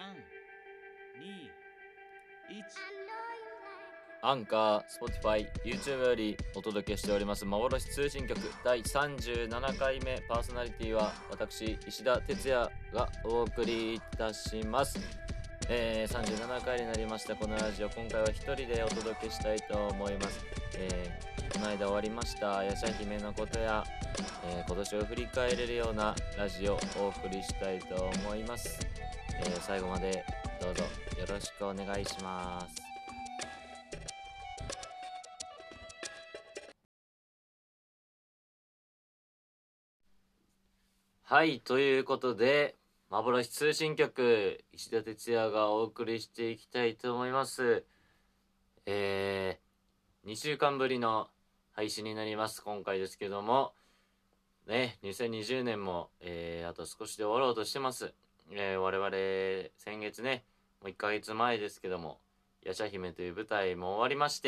3、2、1。 アンカー、Spotify、YouTube よりお届けしております幻通信局第37回目、パーソナリティは私石田哲也がお送りいたします。37回になりましたこのラジオ、今回は一人でお届けしたいと思います。この間終わりましたヤシャ姫のことや、今年を振り返れるようなラジオをお送りしたいと思います。最後までどうぞよろしくお願いします。はい、ということで幻通信局石田哲也がお送りしていきたいと思います。2週間ぶりの配信になります今回ですけどもね、2020年も、あと少しで終わろうとしてます。我々先月ね、もう1ヶ月前ですけどもヤシャ姫という舞台も終わりまして、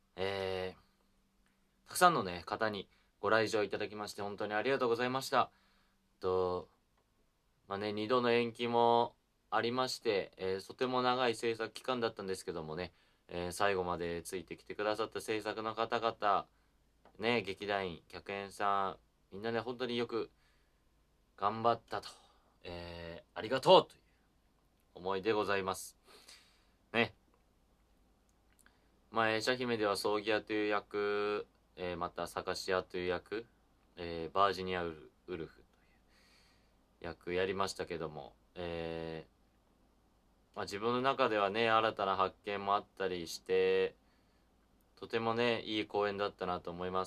たくさんのね方にご来場いただきまして本当にありがとうございました。2度の延期もありまして、とても長い制作期間だったんですけどもね、最後までついてきてくださった制作の方々ね、劇団員、客演さん、みんなね本当によく頑張ったと、ありがとうという思いでございますね。ヤシャ姫では葬儀屋という役、またサカシ屋という役、バージニアウルフ役やりましたけども、自分の中ではね新たな発見もあったりしてとてもねいい公演だったなと思います。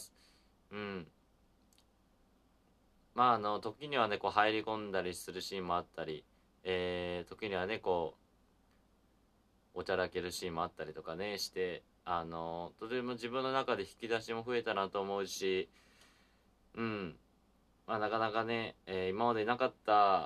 時にはねこう入り込んだりするシーンもあったり、時にはねこうおちゃらけるシーンもあったりとかねしてとても自分の中で引き出しも増えたなと思うし、なかなかね、今までなかった、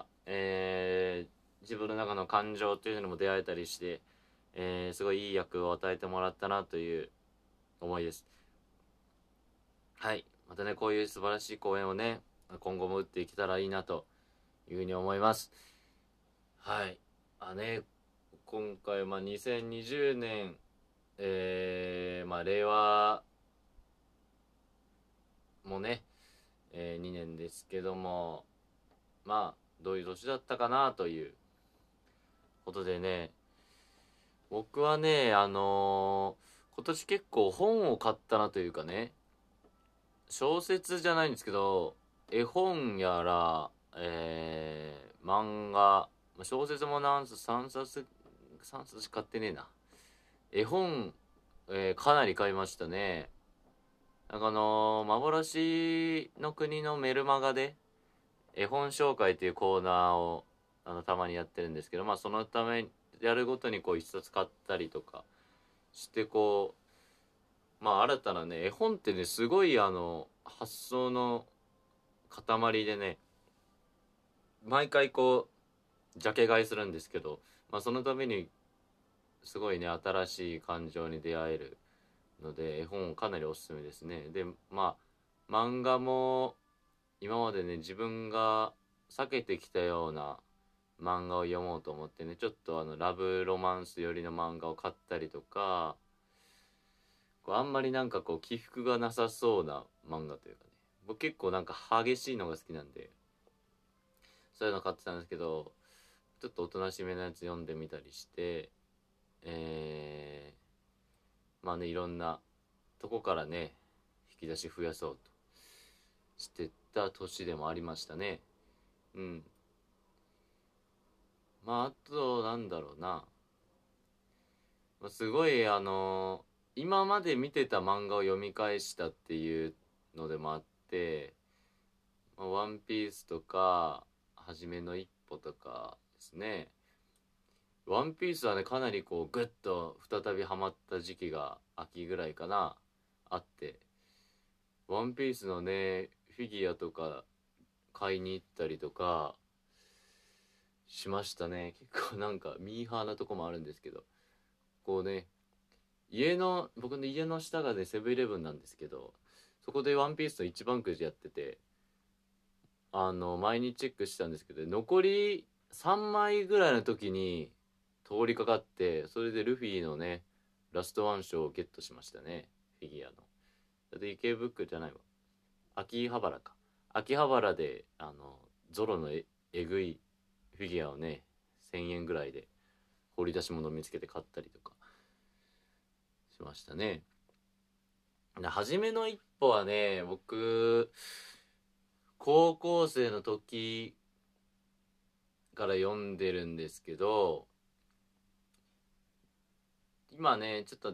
自分の中の感情というのにも出会えたりして、すごいいい役を与えてもらったなという思いです。はい、またねこういう素晴らしい公演をね今後も打っていけたらいいなというふうに思います。はい、今回2020年、令和もね、2年ですけどもどういう年だったかなということでね、僕はね今年結構本を買ったなというかね、小説じゃないんですけど絵本やら、漫画、小説も3冊しか買ってねえな。絵本、かなり買いましたね。幻の国のメルマガで絵本紹介というコーナーをたまにやってるんですけど、そのためやるごとにこう一冊買ったりとかしてこう新たなね絵本ってねすごい発想の塊でね毎回こうジャケ買いするんですけど、そのためにすごいね新しい感情に出会えるので絵本かなりおすすめですね。で漫画も今までね自分が避けてきたような漫画を読もうと思ってねちょっとラブロマンス寄りの漫画を買ったりとか、あんまり起伏がなさそうな漫画というかね、僕結構激しいのが好きなんでそういうの買ってたんですけど、ちょっとおとなしめのやつ読んでみたりして、いろんなとこからね引き出し増やそうとしてた年でもありましたね。あとなんだろうな、すごい今まで見てた漫画を読み返したっていうのでもあって、ワンピースとかはじめの一歩とかですね。ワンピースはねかなりこうグッと再びハマった時期が秋ぐらいかなあって、ワンピースのねフィギュアとか買いに行ったりとかしましたね。結構ミーハーなとこもあるんですけど、こうね僕の家の下がねセブンイレブンなんですけど、そこでワンピースの一番くじやってて毎日チェックしたんですけど、残り3枚ぐらいの時に通りかかって、それでルフィのねラストワン賞をゲットしましたね、フィギュアの。だって池袋じゃないわ、秋葉原か。秋葉原でゾロのえぐいフィギュアをね1000円ぐらいで掘り出し物を見つけて買ったりとかしましたね。初めの一歩はね、僕高校生の時から読んでるんですけど、今ねちょっと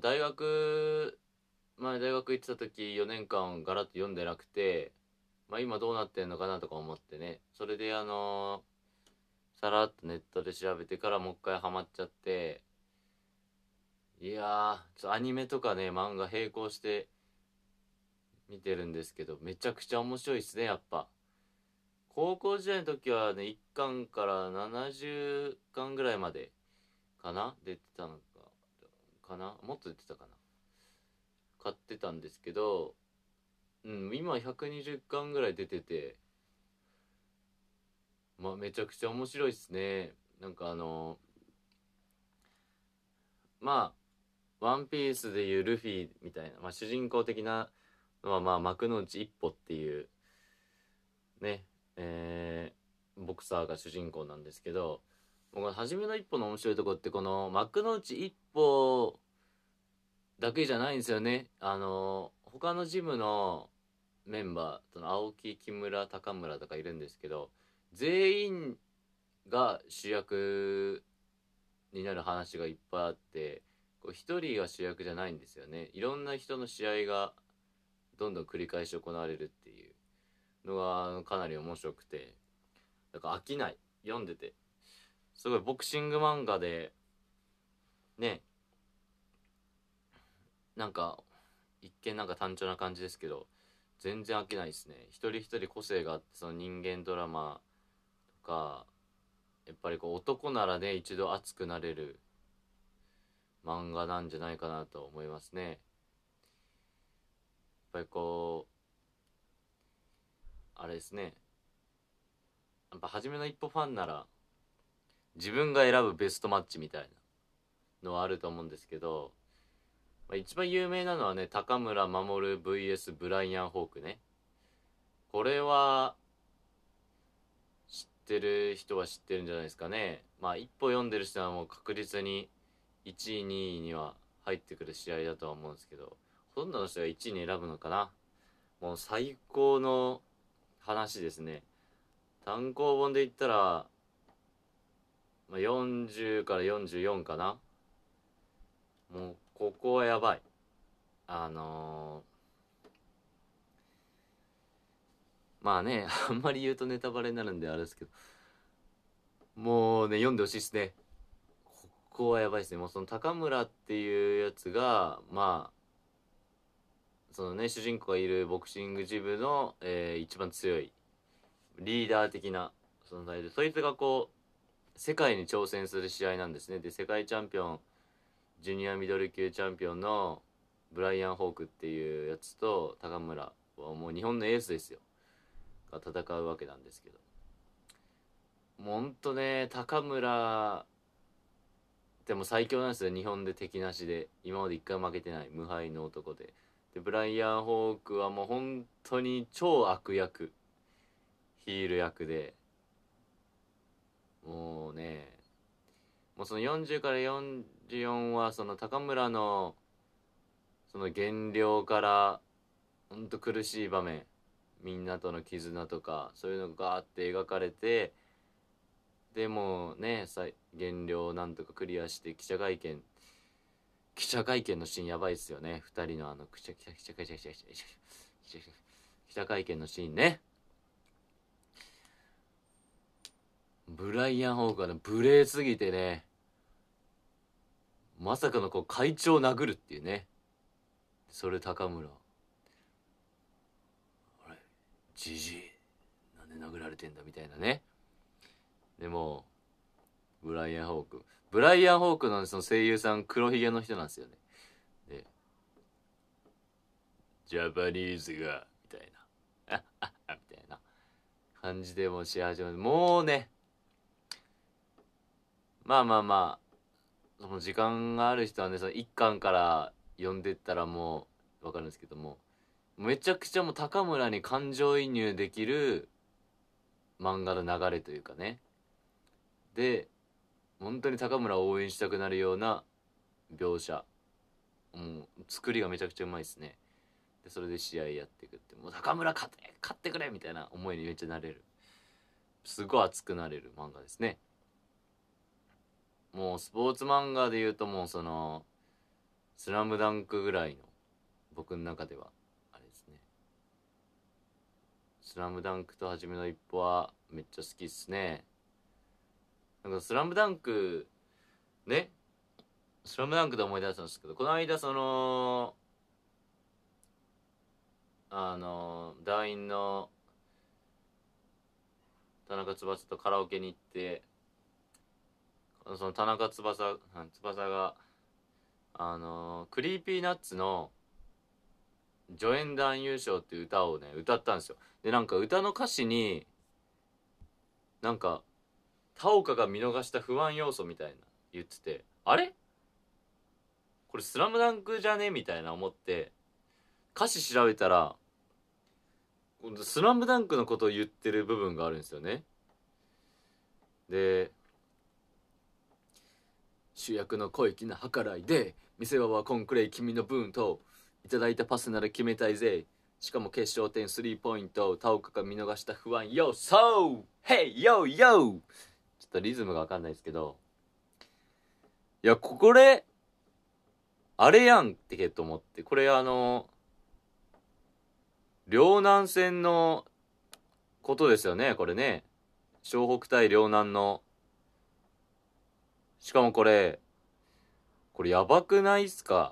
前大学行ってた時4年間ガラッと読んでなくて、今どうなってんのかなとか思ってね、それでさらっとネットで調べてからもう一回ハマっちゃって、いやーちょっとアニメとかね漫画並行して見てるんですけど、めちゃくちゃ面白いっすね。やっぱ高校時代の時はね1巻から70巻ぐらいまでかな出てたのかな、もっと出てたかな、買ってたんですけど、今120巻ぐらい出てて、めちゃくちゃ面白いっすね。なんかワンピースでいうルフィみたいな、主人公的なのは幕の内一歩っていうね、ボクサーが主人公なんですけど、僕は初めの一歩の面白いところって、この幕の内一歩だけじゃないんですよね。他のジムのメンバー、その青木、木村、高村とかいるんですけど、全員が主役になる話がいっぱいあって、一人が主役じゃないんですよね。いろんな人の試合がどんどん繰り返し行われるっていうのがかなり面白くて、だから飽きない、読んでて。すごいボクシング漫画でね、なんか一見なんか単調な感じですけど、全然飽きないですね。一人一人個性があって、その人間ドラマとか、やっぱり男ならね一度熱くなれる漫画なんじゃないかなと思いますね。やっぱりあれですね、やっぱ初めの一歩ファンなら自分が選ぶベストマッチみたいなのはあると思うんですけど、一番有名なのはね、高村守 VS ブライアン・ホークね。これは知ってる人は知ってるんじゃないですかね。一歩読んでる人はもう確実に1位2位には入ってくる試合だとは思うんですけど、ほとんどの人が1位に選ぶのかな。もう最高の話ですね。単行本で言ったら、40から44かな。もうここはやばい。あんまり言うとネタバレになるんであれですけど、もうね読んでほしいですね。ここはやばいですね。もうその高村っていうやつがそのね主人公がいるボクシングジムの、一番強いリーダー的な存在で、そいつが世界に挑戦する試合なんですね。で世界チャンピオン、ジュニアミドル級チャンピオンのブライアン・ホークっていうやつと高村はもう日本のエースですよが戦うわけなんですけど、もうほんとね高村でも最強なんですよ。日本で敵なしで今まで一回負けてない無敗の男で、ブライアン・ホークはもう本当に超悪役、ヒール役で、もうね、もうその40から44はその高村のその減量からほんと苦しい場面、みんなとの絆とかそういうのがガーって描かれて、でもね減量をなんとかクリアして記者会見のシーンやばいっすよね。二人の記者会見のシーンね。ブライアン・ホークはね無礼すぎてね、まさかの会長を殴るっていうね。それ高村、あれジジイなんで殴られてんだみたいなね。でもブライアン・ホークのその声優さん黒ひげの人なんですよね。でジャパニーズがみたいなみたいな感じでもう試合始まる。もうねその時間がある人はね、その1巻から読んでったらもう分かるんですけども、めちゃくちゃもう高村に感情移入できる漫画の流れというかね、で本当に高村を応援したくなるような描写、もう作りがめちゃくちゃうまいですね。でそれで試合やっていくって、もう高村勝ってくれみたいな思いにめっちゃなれる、すごい熱くなれる漫画ですね。もうスポーツ漫画で言うと、もうそのスラムダンクぐらいの、僕の中ではあれですね。スラムダンクとはじめの一歩はめっちゃ好きっすね。なんかスラムダンクね、スラムダンクで思い出したんですけど、この間その団員の田中翼とカラオケに行って、その田中翼がクリーピーナッツの助演男優賞っていう歌をね歌ったんですよ。でなんか歌の歌詞になんか田岡が見逃した不安要素みたいな言ってて、あれこれスラムダンクじゃねみたいな思って歌詞調べたら、スラムダンクのことを言ってる部分があるんですよね。で主役の小粋な計らいで見せ場はコンクレイ君の分といただいたパスなら決めたいぜ、しかも決勝点スリーポイント田岡が見逃した不安要素ヘイヨーヨー、ちょっとリズムが分かんないですけど、いやこれあれやんってけと思って、これ両南戦のことですよね、これね。湘北対両南の、しかもこれやばくないっすか？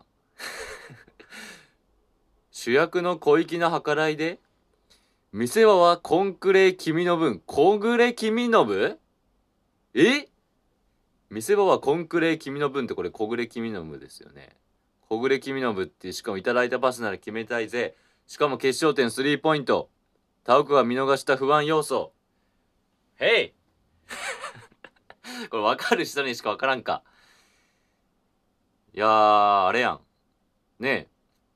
主役の小粋な計らいで見せ場はコンクレ君の分、小暮君の分？え？見せ場はコンクレ君の分って、これ小暮君の分ですよね。小暮君の分って、しかもいただいたパスなら決めたいぜ、しかも決勝点スリーポイント田岡が見逃した不安要素、へいこれ分かる人にしか分からんか。いやーあれやんねえ、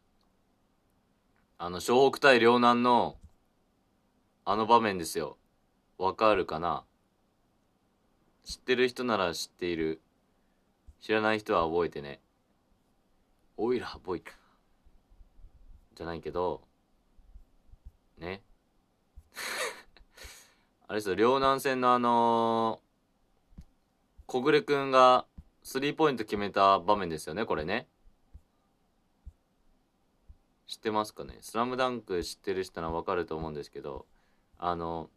湘北対両南のあの場面ですよ。わかるかな？知ってる人なら知っている。知らない人は覚えてね。おいらボイじゃないけどね。あれですよ、両南戦の小暮くんがスリーポイント決めた場面ですよね、これね。知ってますかね？スラムダンク知ってる人ならわかると思うんですけど、あ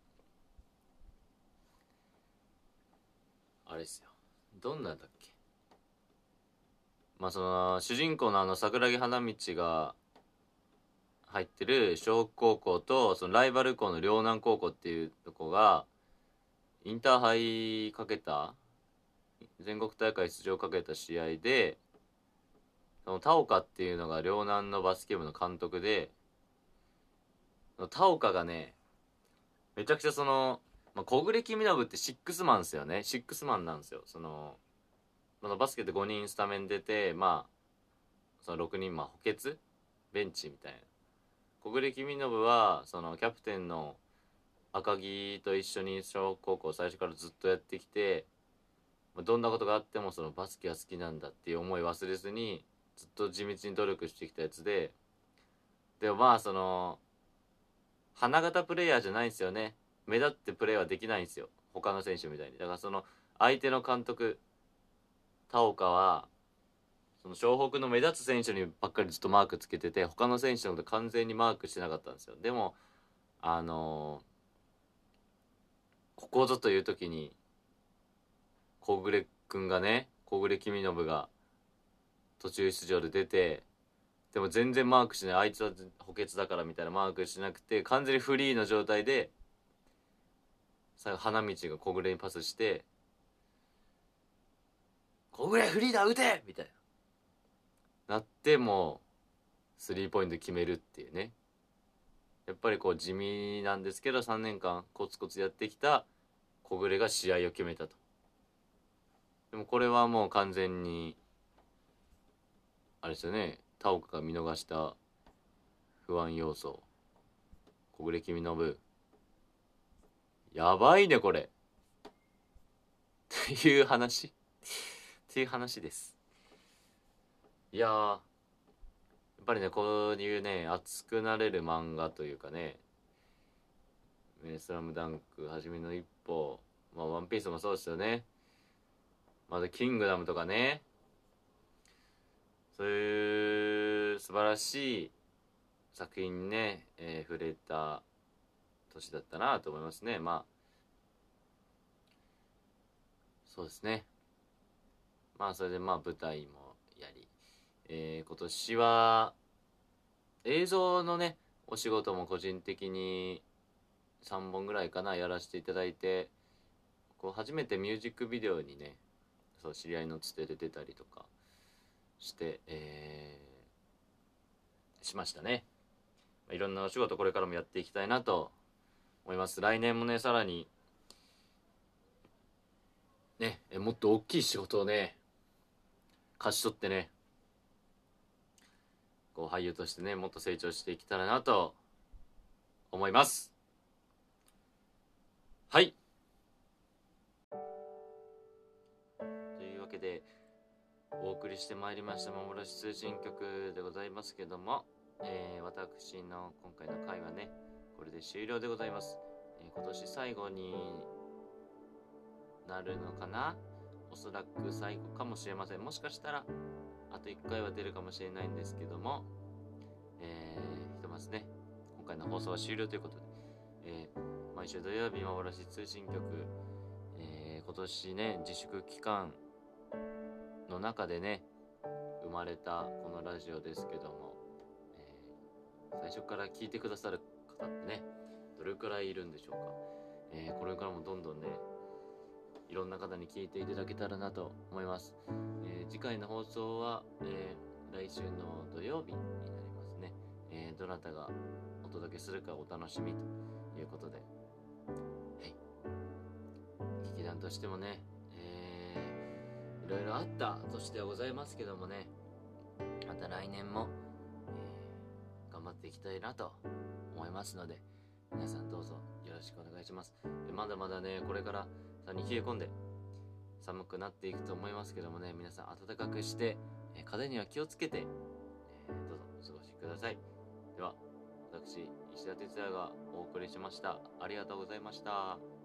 れですよ、どんなんだっけ、まあその主人公の桜木花道が入ってる湘北高校と、そのライバル校の両南高校っていうとこがインターハイかけた、全国大会出場かけた試合で、その田岡っていうのが両南のバスケ部の監督で、田岡がねめちゃくちゃその、小暮君信ってシックスマンですよね。シックスマンなんですよ。そのバスケで5人スタメン出て、その6人補欠ベンチみたいな。小暮君信はそのキャプテンの赤木と一緒に小学高校最初からずっとやってきて、どんなことがあってもそのバスケが好きなんだっていう思い忘れずにずっと地道に努力してきたやつで、でもその花形プレイヤーじゃないんですよね。目立ってプレーはできないんですよ、他の選手みたいに。だからその相手の監督田岡はその湘北の目立つ選手にばっかりずっとマークつけてて、他の選手のこと完全にマークしてなかったんですよ。でもここぞという時に小暮くんがね、小暮君信が途中出場で出て、でも全然マークしない、あいつは補欠だからみたいなマークしなくて、完全にフリーの状態で最後花道が小暮にパスして小暮フリーだ打てみたいななって、もうスリーポイント決めるっていうね。やっぱりこう地味なんですけど3年間コツコツやってきた小暮が試合を決めたと。 でもこれはもう完全にあれですよね、田岡が見逃した不安要素。小暮君の部やばいねこれっていう話っていう話です。いやー、やっぱりね、こういうね、熱くなれる漫画というかね、スラムダンクはじめの一歩、まあワンピースもそうですよね。またキングダムとかね、そういう素晴らしい作品にね、触れた年だったなと思いますね。まあそうですね。まあそれでまあ舞台もやり、今年は映像のねお仕事も個人的に3本ぐらいかなやらせていただいて、こう初めてミュージックビデオにね、そう知り合いのつてで出たりとかして、しましたね。いろんなお仕事これからもやっていきたいなと思います。来年もねさらにね、もっと大きい仕事をね勝ち取ってね、こう俳優としてねもっと成長していけたらなと思います。はい、というわけでお送りしてまいりました幻通信局でございますけども、私の今回の回はねこれで終了でございます。今年最後になるのかな、おそらく最後かもしれません。もしかしたらあと1回は出るかもしれないんですけども、ひとまずね今回の放送は終了ということで、毎週土曜日幻通信局、今年ね自粛期間の中でね生まれたこのラジオですけども、最初から聞いてくださる方ってねどれくらいいるんでしょうか。これからもどんどんねいろんな方に聞いていただけたらなと思います。次回の放送は、来週の土曜日になりますね。どなたがお届けするかお楽しみということで、はい、劇団としてもね、いろいろあった年ではございますけどもね、また来年も、頑張っていきたいなと思いますので、皆さんどうぞよろしくお願いします。まだまだねこれからさらに冷え込んで寒くなっていくと思いますけどもね、皆さん暖かくして、風邪には気をつけて、どうぞお過ごしください。では私石田哲也がお送りしました。ありがとうございました。